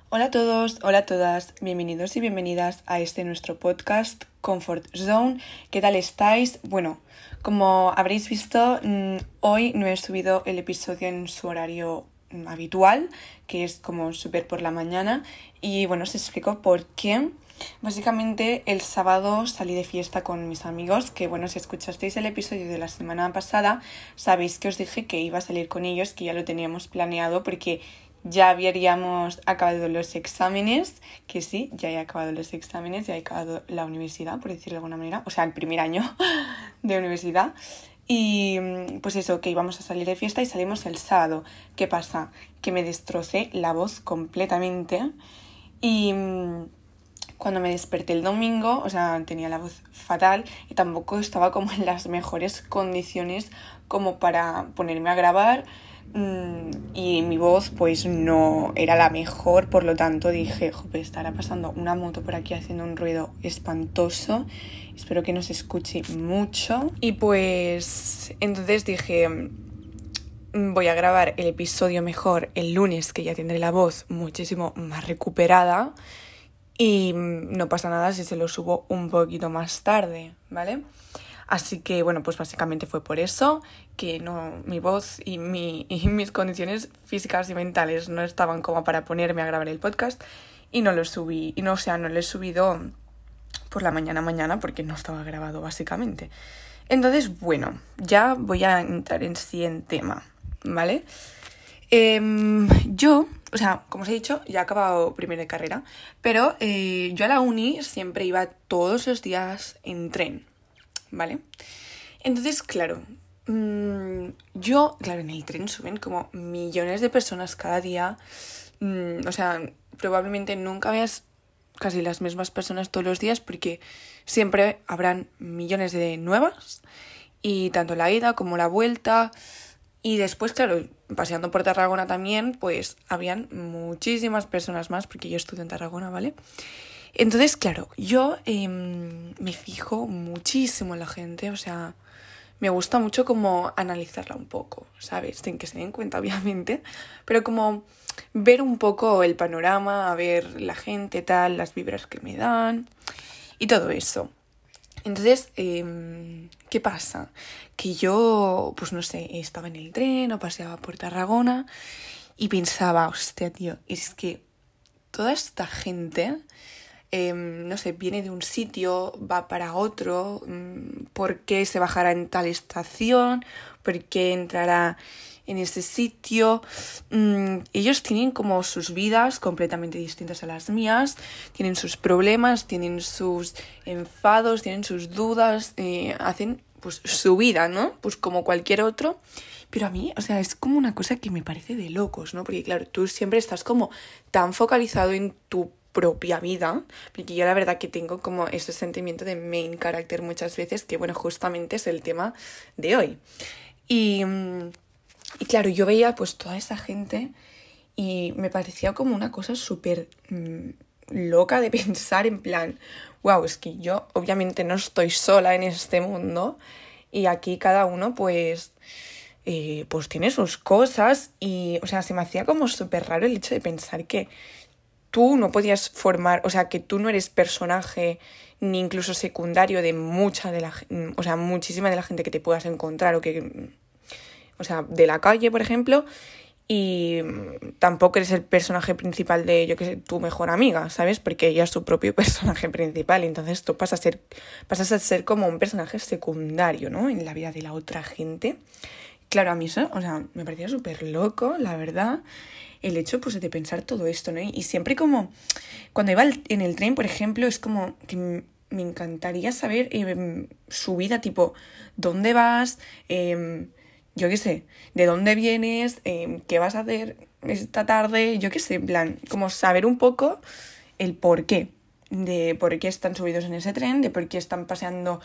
Hola a todos, hola a todas, bienvenidos y bienvenidas a este nuestro podcast Comfort Zone. ¿Qué tal estáis? Bueno, como habréis visto, hoy no he subido el episodio en su horario habitual, que es como súper por la mañana, y bueno, os explico por qué. Básicamente el sábado salí de fiesta con mis amigos, que bueno, si escuchasteis el episodio de la semana pasada, sabéis que os dije que iba a salir con ellos, que ya lo teníamos planeado porque ya habríamos acabado los exámenes, que sí, ya he acabado los exámenes, ya he acabado la universidad, por decirlo de alguna manera, o sea, el primer año de universidad. Y pues eso, que íbamos a salir de fiesta y salimos el sábado. ¿Qué pasa? Que me destrocé la voz completamente y cuando me desperté el domingo, o sea, tenía la voz fatal y tampoco estaba como en las mejores condiciones como para ponerme a grabar. Y mi voz pues no era la mejor, por lo tanto dije, jope, estará pasando una moto por aquí haciendo un ruido espantoso, espero que no se escuche mucho. Y pues entonces dije, voy a grabar el episodio mejor el lunes, que ya tendré la voz muchísimo más recuperada, y no pasa nada si se lo subo un poquito más tarde, ¿vale? Así que, bueno, pues básicamente fue por eso que no, mi voz y mis condiciones físicas y mentales no estaban como para ponerme a grabar el podcast y no lo subí. Y no, o sea, no lo he subido por la mañana porque no estaba grabado, básicamente. Entonces, bueno, ya voy a entrar en sí en tema, ¿vale? Yo, o sea, como os he dicho, ya he acabado primero de carrera, pero yo a la uni siempre iba todos los días en tren, ¿vale? Entonces, claro, claro, en el tren suben como millones de personas cada día, o sea, probablemente nunca veas casi las mismas personas todos los días porque siempre habrán millones de nuevas y tanto la ida como la vuelta. Y después, claro, paseando por Tarragona también, pues habían muchísimas personas más, porque yo estudio en Tarragona, ¿vale? Entonces, claro, yo me fijo muchísimo en la gente, o sea, me gusta mucho como analizarla un poco, ¿sabes? Sin que se den cuenta, obviamente, pero como ver un poco el panorama, a ver la gente, tal, las vibras que me dan y todo eso. Entonces, ¿qué pasa? Que yo, pues no sé, estaba en el tren o paseaba por Tarragona y pensaba, hostia, tío, es que toda esta gente, no sé, viene de un sitio, va para otro, ¿por qué se bajará en tal estación? ¿Por qué entrará en ese sitio? Ellos tienen como sus vidas completamente distintas a las mías, tienen sus problemas, tienen sus enfados, tienen sus dudas, hacen pues su vida, ¿no? Pues como cualquier otro. Pero a mí, o sea, es como una cosa que me parece de locos, ¿no? Porque claro, tú siempre estás como tan focalizado en tu propia vida, porque yo la verdad que tengo como ese sentimiento de main character muchas veces, que bueno, justamente es el tema de hoy. Y claro, yo veía pues toda esa gente y me parecía como una cosa súper loca de pensar en plan, wow, es que yo obviamente no estoy sola en este mundo y aquí cada uno pues tiene sus cosas y, o sea, se me hacía como súper raro el hecho de pensar que tú no podías formar, o sea, que tú no eres personaje ni incluso secundario de muchísima de la gente que te puedas encontrar o sea, de la calle, por ejemplo, y tampoco eres el personaje principal de, yo qué sé, tu mejor amiga, ¿sabes? Porque ella es su propio personaje principal, y entonces tú pasas a ser como un personaje secundario, ¿no? En la vida de la otra gente. Claro, a mí eso, o sea, me parecía súper loco, la verdad, el hecho pues de pensar todo esto, ¿no? Y siempre como, cuando iba en el tren, por ejemplo, es como que me encantaría saber su vida, tipo, ¿dónde vas? Yo qué sé, ¿de dónde vienes? ¿Qué vas a hacer esta tarde? Yo qué sé, en plan, como saber un poco el por qué, de por qué están subidos en ese tren, de por qué están paseando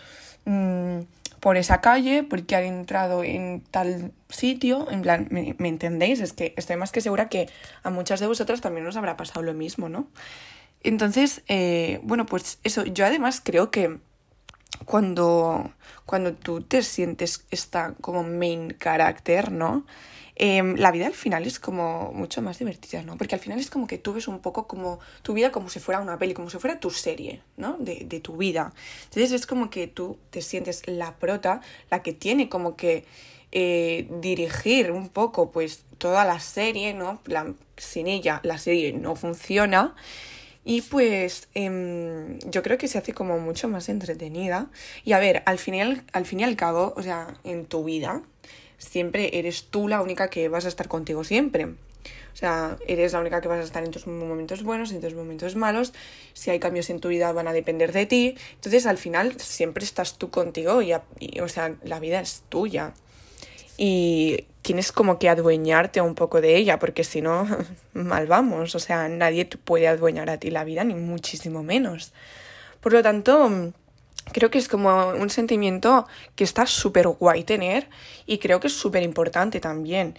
por esa calle, por qué han entrado en tal sitio, en plan, ¿me entendéis? Es que estoy más que segura que a muchas de vosotras también os habrá pasado lo mismo, ¿no? Entonces, bueno, pues eso, yo además creo que cuando tú te sientes esta como main character, ¿no? La vida al final es como mucho más divertida, ¿no? Porque al final es como que tú ves un poco como tu vida como si fuera una peli, como si fuera tu serie, ¿no? De tu vida. Entonces es como que tú te sientes la prota, la que tiene como que dirigir un poco pues toda la serie, ¿no? Sin ella la serie no funciona. Y pues yo creo que se hace como mucho más entretenida. Y a ver, al fin y al cabo, o sea, en tu vida siempre eres tú la única que vas a estar contigo siempre. O sea, eres la única que vas a estar en tus momentos buenos, en tus momentos malos. Si hay cambios en tu vida van a depender de ti. Entonces al final siempre estás tú contigo o sea, la vida es tuya. Y tienes como que adueñarte un poco de ella, porque si no, mal vamos. O sea, nadie te puede adueñar a ti la vida, ni muchísimo menos. Por lo tanto, creo que es como un sentimiento que está súper guay tener y creo que es súper importante también.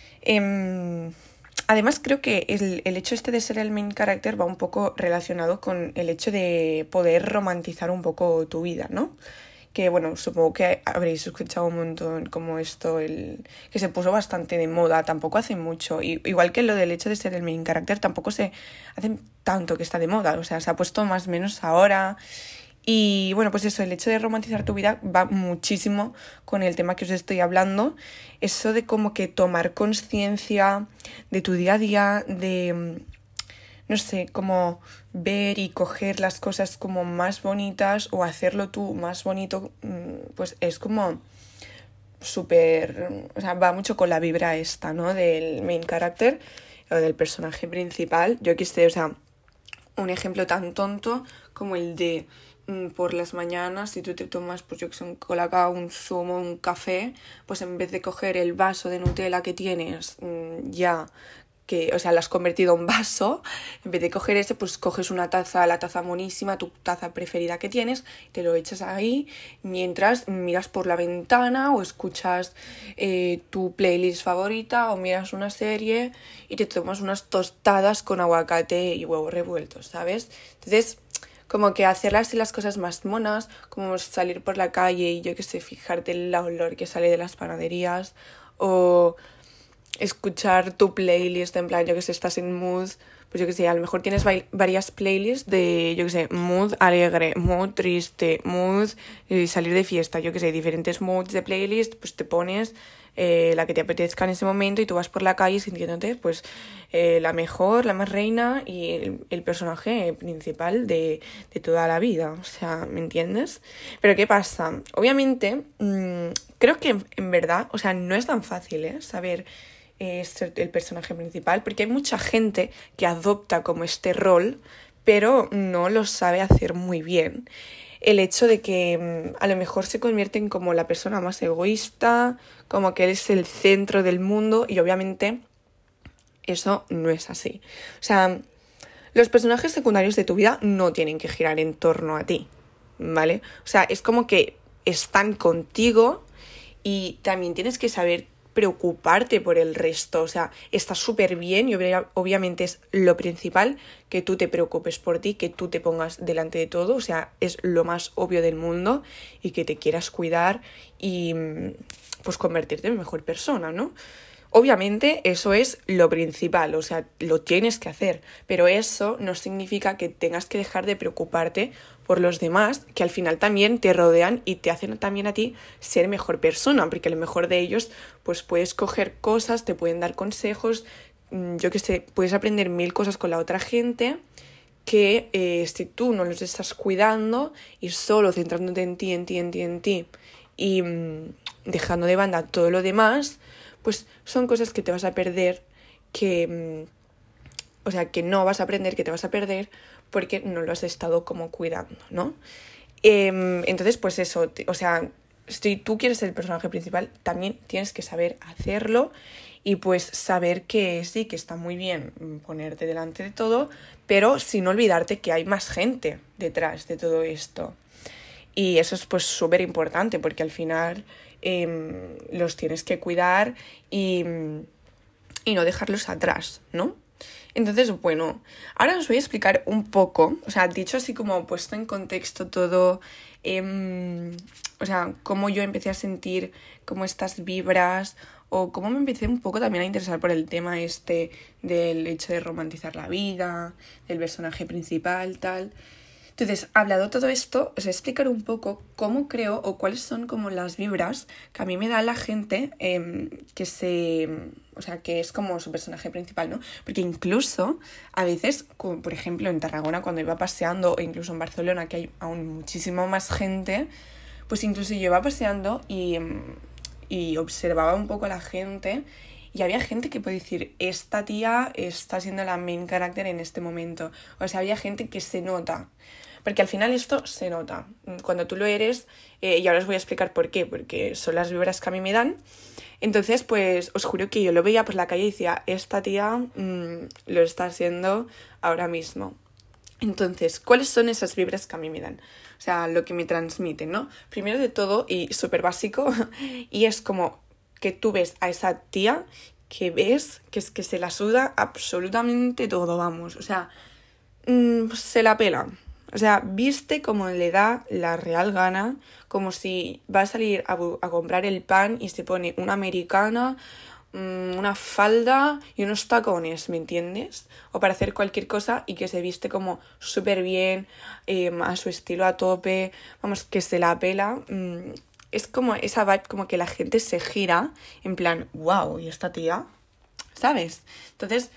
Además, creo que el hecho este de ser el main character va un poco relacionado con el hecho de poder romantizar un poco tu vida, ¿no? Que bueno, supongo que habréis escuchado un montón como esto, que se puso bastante de moda, tampoco hace mucho. Igual que lo del hecho de ser el main character, tampoco se hace tanto que está de moda, o sea, se ha puesto más o menos ahora. Y bueno, pues eso, el hecho de romantizar tu vida va muchísimo con el tema que os estoy hablando. Eso de como que tomar conciencia de tu día a día, de no sé, como ver y coger las cosas como más bonitas o hacerlo tú más bonito, pues es como súper, o sea, va mucho con la vibra esta, ¿no? Del main character o del personaje principal. Yo qué sé, o sea, un ejemplo tan tonto como el de por las mañanas, si tú te tomas, pues yo que sé, un colacao, un zumo, un café, pues en vez de coger el vaso de Nutella que tienes ya que, o sea, lo has convertido en vaso, en vez de coger ese, pues coges una taza, la taza monísima, tu taza preferida que tienes, te lo echas ahí mientras miras por la ventana o escuchas tu playlist favorita o miras una serie y te tomas unas tostadas con aguacate y huevos revueltos, ¿sabes? Entonces, como que hacer así las cosas más monas, como salir por la calle y yo qué sé, fijarte el olor que sale de las panaderías o escuchar tu playlist, en plan, yo que sé, estás en mood, pues yo que sé, a lo mejor tienes varias playlists de, yo que sé, mood alegre, mood triste, mood salir de fiesta, yo que sé, diferentes moods de playlist, pues te pones la que te apetezca en ese momento y tú vas por la calle sintiéndote, pues, la mejor, la más reina y el personaje principal de toda la vida, o sea, ¿me entiendes? Pero ¿qué pasa? Obviamente, creo que en verdad, o sea, no es tan fácil, saber ser el personaje principal, porque hay mucha gente que adopta como este rol, pero no lo sabe hacer muy bien. El hecho de que a lo mejor se convierte en como la persona más egoísta, como que él es el centro del mundo y obviamente eso no es así. O sea, los personajes secundarios de tu vida no tienen que girar en torno a ti, ¿vale? O sea, es como que están contigo y también tienes que saber preocuparte por el resto, o sea, está súper bien y obviamente es lo principal que tú te preocupes por ti, que tú te pongas delante de todo, o sea, es lo más obvio del mundo y que te quieras cuidar y pues convertirte en mejor persona, ¿no? Obviamente eso es lo principal, o sea, lo tienes que hacer, pero eso no significa que tengas que dejar de preocuparte por los demás, que al final también te rodean y te hacen también a ti ser mejor persona, porque a lo mejor de ellos pues puedes coger cosas, te pueden dar consejos, yo qué sé, puedes aprender 1000 cosas con la otra gente que si tú no los estás cuidando y solo centrándote en ti, y dejando de banda todo lo demás, pues son cosas que te vas a perder, o sea, que no vas a aprender, que te vas a perder porque no lo has estado como cuidando, ¿no? Entonces, pues eso, o sea, si tú quieres ser el personaje principal, también tienes que saber hacerlo y pues saber que sí, que está muy bien ponerte delante de todo, pero sin olvidarte que hay más gente detrás de todo esto. Y eso es pues súper importante porque al final los tienes que cuidar y no dejarlos atrás, ¿no? Entonces, bueno, ahora os voy a explicar un poco, o sea, dicho así como puesto en contexto todo, o sea, cómo yo empecé a sentir como estas vibras o cómo me empecé un poco también a interesar por el tema este del hecho de romantizar la vida, del personaje principal, tal. Entonces, hablado todo esto, os voy a explicar un poco cómo creo o cuáles son como las vibras que a mí me da la gente o sea, que es como su personaje principal, ¿no? Porque incluso a veces, como por ejemplo en Tarragona cuando iba paseando o incluso en Barcelona que hay aún muchísimo más gente, pues incluso yo iba paseando y observaba un poco a la gente y había gente que puede decir, esta tía está siendo la main character en este momento. O sea, había gente que se nota. Porque al final esto se nota. Cuando tú lo eres, y ahora os voy a explicar por qué, porque son las vibras que a mí me dan. Entonces, pues os juro que yo lo veía por la calle y decía, esta tía lo está haciendo ahora mismo. Entonces, ¿cuáles son esas vibras que a mí me dan? O sea, lo que me transmiten, ¿no? Primero de todo, y súper básico, y es como que tú ves a esa tía que ves que es que se la suda absolutamente todo, vamos. O sea, se la pela. O sea, viste como le da la real gana, como si va a salir a comprar el pan y se pone una americana, una falda y unos tacones, ¿me entiendes? O para hacer cualquier cosa y que se viste como súper bien, a su estilo a tope, vamos, que se la pela. Es como esa vibe como que la gente se gira en plan, wow, ¿y esta tía? ¿Sabes? Entonces,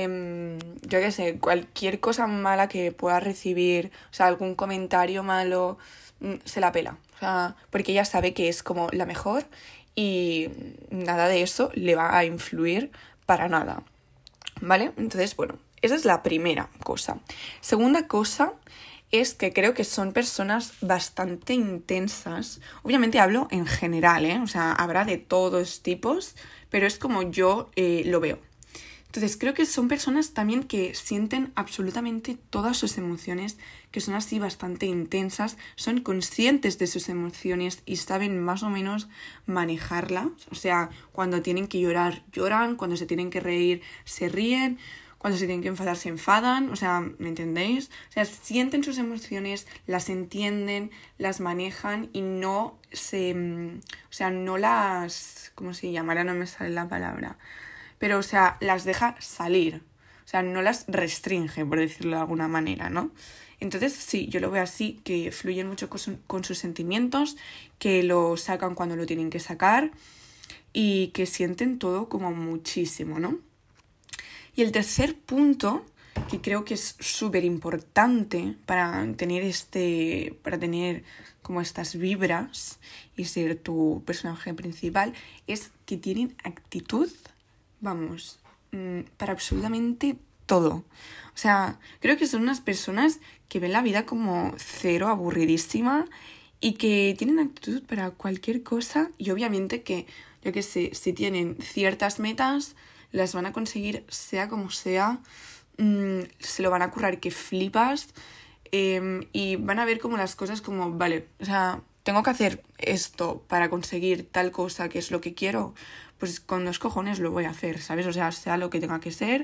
yo qué sé, cualquier cosa mala que pueda recibir, o sea, algún comentario malo, se la pela. O sea, porque ella sabe que es como la mejor y nada de eso le va a influir para nada. ¿Vale? Entonces, bueno, esa es la primera cosa. Segunda cosa es que creo que son personas bastante intensas. Obviamente hablo en general, ¿eh? O sea, habrá de todos tipos, pero es como yo lo veo. Entonces creo que son personas también que sienten absolutamente todas sus emociones, que son así bastante intensas, son conscientes de sus emociones y saben más o menos manejarlas. O sea, cuando tienen que llorar, lloran, cuando se tienen que reír, se ríen, cuando se tienen que enfadar, se enfadan. O sea, ¿me entendéis? O sea, sienten sus emociones, las entienden, las manejan y no se... O sea, no las... ¿Cómo se llama? Ahora no me sale la palabra. Pero, o sea, las deja salir. O sea, no las restringe, por decirlo de alguna manera, ¿no? Entonces, sí, yo lo veo así, que fluyen mucho con sus sentimientos, que lo sacan cuando lo tienen que sacar y que sienten todo como muchísimo, ¿no? Y el tercer punto, que creo que es súper importante para tener como estas vibras y ser tu personaje principal, es que tienen actitud, vamos, para absolutamente todo. O sea, creo que son unas personas que ven la vida como cero, aburridísima y que tienen actitud para cualquier cosa y obviamente que, yo qué sé, si tienen ciertas metas, las van a conseguir sea como sea, se lo van a currar que flipas, y van a ver como las cosas como, vale, o sea, tengo que hacer esto para conseguir tal cosa que es lo que quiero, pues con 2 cojones lo voy a hacer, ¿sabes? O sea lo que tenga que ser.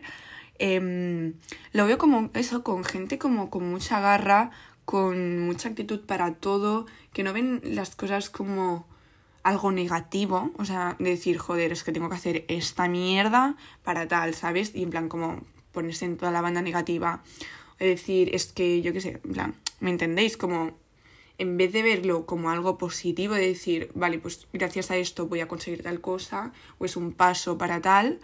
Lo veo como eso, con gente como con mucha garra, con mucha actitud para todo, que no ven las cosas como algo negativo, o sea, de decir, joder, es que tengo que hacer esta mierda para tal, ¿sabes? Y en plan como ponerse en toda la banda negativa, es decir, es que yo qué sé, en plan, ¿me entendéis? Como en vez de verlo como algo positivo, de decir, vale, pues gracias a esto voy a conseguir tal cosa, o es un paso para tal,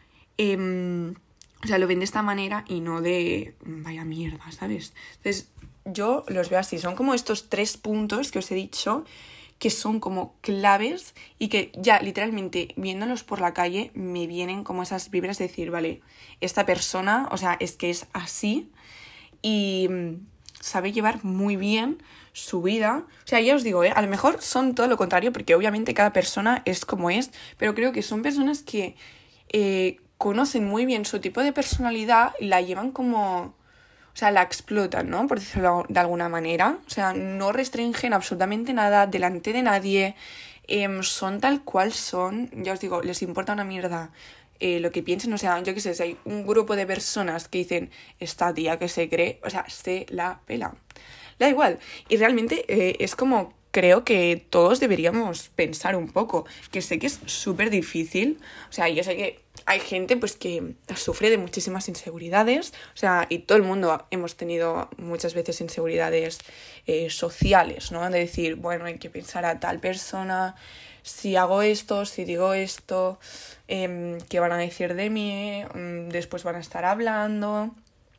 o sea, lo ven de esta manera y no de vaya mierda, ¿sabes? Entonces, yo los veo así, son como estos 3 puntos que os he dicho, que son como claves y que ya literalmente viéndolos por la calle me vienen como esas vibras de decir, vale, esta persona, o sea, es que es así y sabe llevar muy bien su vida. O sea, ya os digo, a lo mejor son todo lo contrario porque obviamente cada persona es como es, pero creo que son personas que conocen muy bien su tipo de personalidad y la llevan como... O sea, la explotan, ¿no? Por decirlo de alguna manera. O sea, no restringen absolutamente nada delante de nadie. Son tal cual son. Ya os digo, les importa una mierda lo que piensen. O sea, yo qué sé, si hay un grupo de personas que dicen, esta tía que se cree, o sea, se la pela. Da igual. Y realmente es como creo que todos deberíamos pensar un poco, que sé que es súper difícil. O sea, yo sé que hay gente pues que sufre de muchísimas inseguridades, o sea, y todo el mundo hemos tenido muchas veces inseguridades sociales, ¿no? De decir, bueno, hay que pensar a tal persona, si hago esto, si digo esto, ¿qué van a decir de mí? Después van a estar hablando.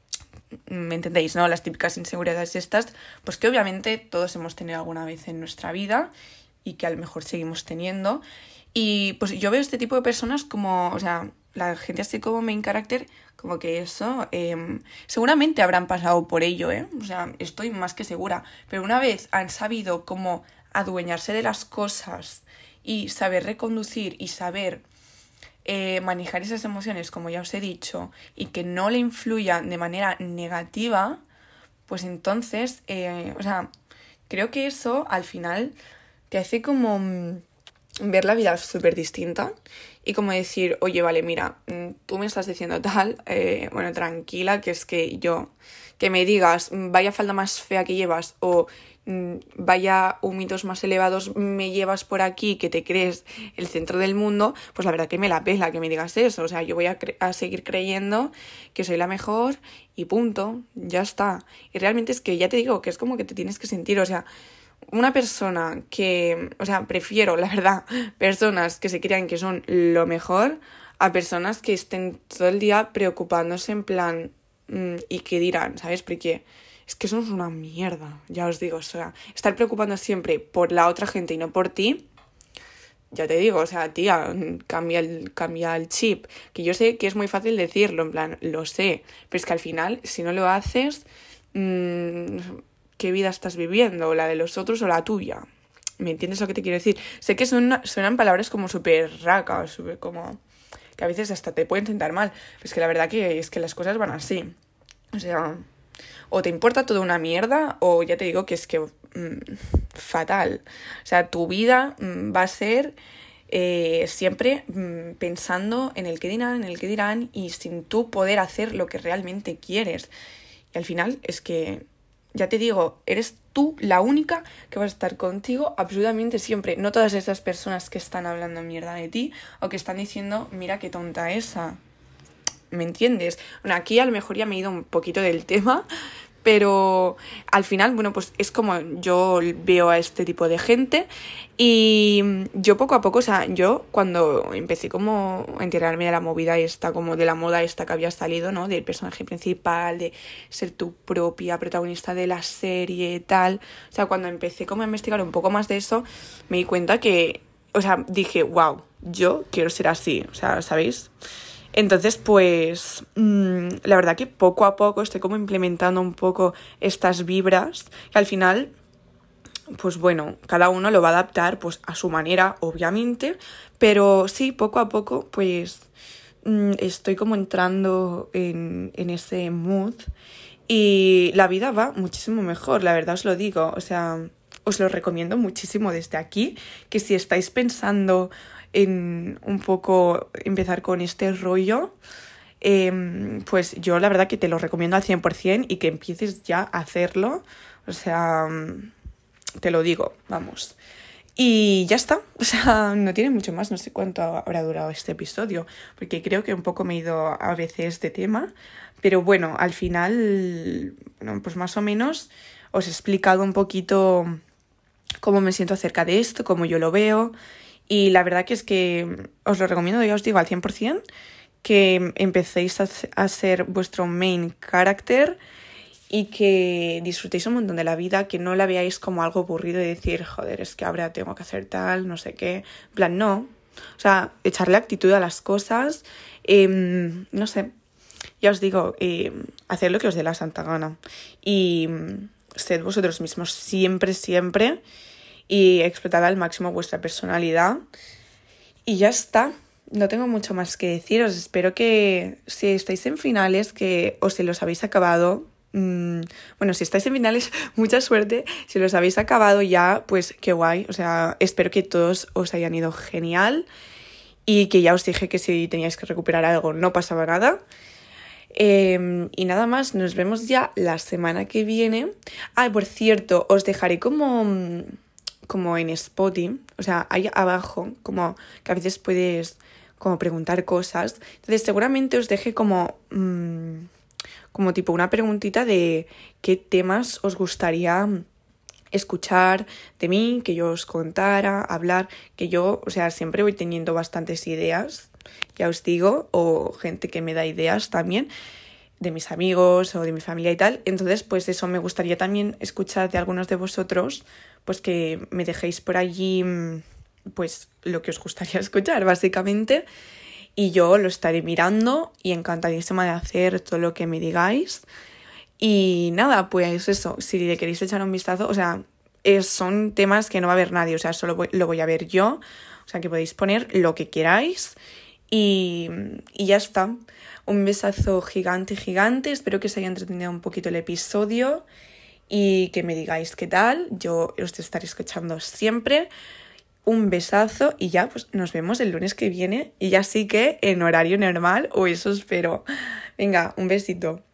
¿Me entendéis, no? Las típicas inseguridades estas, pues que obviamente todos hemos tenido alguna vez en nuestra vida y que a lo mejor seguimos teniendo. Y pues yo veo este tipo de personas como, o sea, la gente así como main character, como que eso, seguramente habrán pasado por ello, ¿eh? O sea, estoy más que segura. Pero una vez han sabido cómo adueñarse de las cosas y saber reconducir y saber manejar esas emociones, como ya os he dicho, y que no le influyan de manera negativa, pues entonces, o sea, creo que eso al final te hace como ver la vida súper distinta y como decir, oye, vale, mira, tú me estás diciendo tal, bueno, tranquila, que es que yo, que me digas, vaya falda más fea que llevas o vaya humitos más elevados me llevas por aquí, que te crees el centro del mundo, pues la verdad que me la pela que me digas eso. O sea, yo voy a seguir creyendo que soy la mejor y punto, ya está. Y realmente es que ya te digo que es como que te tienes que sentir, o sea, una persona que, o sea, prefiero, la verdad, personas que se crean que son lo mejor a personas que estén todo el día preocupándose en plan, ¿y qué dirán? ¿Sabes? Porque es que eso es una mierda, ya os digo, o sea, estar preocupando siempre por la otra gente y no por ti, ya te digo, o sea, tía, cambia el chip, que yo sé que es muy fácil decirlo, en plan, lo sé, pero es que al final, si no lo haces, ¿qué vida estás viviendo? ¿La de los otros o la tuya? ¿Me entiendes lo que te quiero decir? Sé que suenan palabras como súper racas, súper como que a veces hasta te pueden sentar mal, pero es que la verdad que es que las cosas van así, o sea, o te importa toda una mierda o ya te digo que es que fatal. O sea, tu vida va a ser siempre pensando en el que dirán y sin tú poder hacer lo que realmente quieres. Y al final es que, ya te digo, eres tú la única que vas a estar contigo absolutamente siempre. No todas esas personas que están hablando mierda de ti o que están diciendo, mira qué tonta esa. ¿Me entiendes? Bueno, aquí a lo mejor ya me he ido un poquito del tema, pero al final, bueno, pues es como yo veo a este tipo de gente y yo poco a poco, o sea, yo cuando empecé como a enterarme de la movida esta, como de la moda esta que había salido, ¿no? Del personaje principal, de ser tu propia protagonista de la serie y tal, o sea, cuando empecé como a investigar un poco más de eso, me di cuenta que, o sea, dije, wow, yo quiero ser así, o sea, ¿sabéis? Entonces, pues, la verdad que poco a poco estoy como implementando un poco estas vibras, que al final, pues bueno, cada uno lo va a adaptar pues a su manera, obviamente, pero sí, poco a poco, pues, estoy como entrando en ese mood y la vida va muchísimo mejor, la verdad os lo digo, o sea, os lo recomiendo muchísimo desde aquí, que si estáis pensando en un poco empezar con este rollo, pues yo la verdad que te lo recomiendo al 100% y que empieces ya a hacerlo, o sea, te lo digo, vamos. Y ya está, o sea, no tiene mucho más, no sé cuánto habrá durado este episodio, porque creo que un poco me he ido a veces de tema, pero bueno, al final, bueno, pues más o menos os he explicado un poquito cómo me siento acerca de esto, cómo yo lo veo. Y la verdad que es que os lo recomiendo, ya os digo, al 100%, que empecéis a ser vuestro main character y que disfrutéis un montón de la vida, que no la veáis como algo aburrido y decir, joder, es que ahora tengo que hacer tal, no sé qué. En plan, no. O sea, echarle actitud a las cosas, no sé. Ya os digo, haced lo que os dé la santa gana. Y sed vosotros mismos siempre, siempre. Y explotad al máximo vuestra personalidad. Y ya está. No tengo mucho más que deciros. Espero que si estáis en finales, que os se los habéis acabado. Bueno, si estáis en finales, mucha suerte. Si los habéis acabado ya, pues qué guay. O sea, espero que todos os hayan ido genial. y que ya os dije que si teníais que recuperar algo no pasaba nada. Y nada más, nos vemos ya la semana que viene. Por cierto, os dejaré como en Spotify, o sea, ahí abajo, como que a veces puedes como preguntar cosas. Entonces seguramente os deje como tipo una preguntita de qué temas os gustaría escuchar de mí, que yo os contara, hablar, que yo, o sea, siempre voy teniendo bastantes ideas, ya os digo, o gente que me da ideas también, de mis amigos o de mi familia y tal. Entonces, pues eso, me gustaría también escuchar de algunos de vosotros, pues que me dejéis por allí, pues lo que os gustaría escuchar, básicamente. Y yo lo estaré mirando y encantadísima de hacer todo lo que me digáis. Y nada, pues eso, si le queréis echar un vistazo, o sea, son temas que no va a ver nadie, o sea, solo lo voy a ver yo, o sea, que podéis poner lo que queráis y ya está. Un besazo gigante, gigante, espero que os haya entretenido un poquito el episodio y que me digáis qué tal, yo os estaré escuchando siempre. Un besazo y ya pues nos vemos el lunes que viene y ya sí que en horario normal o eso espero. Venga, un besito.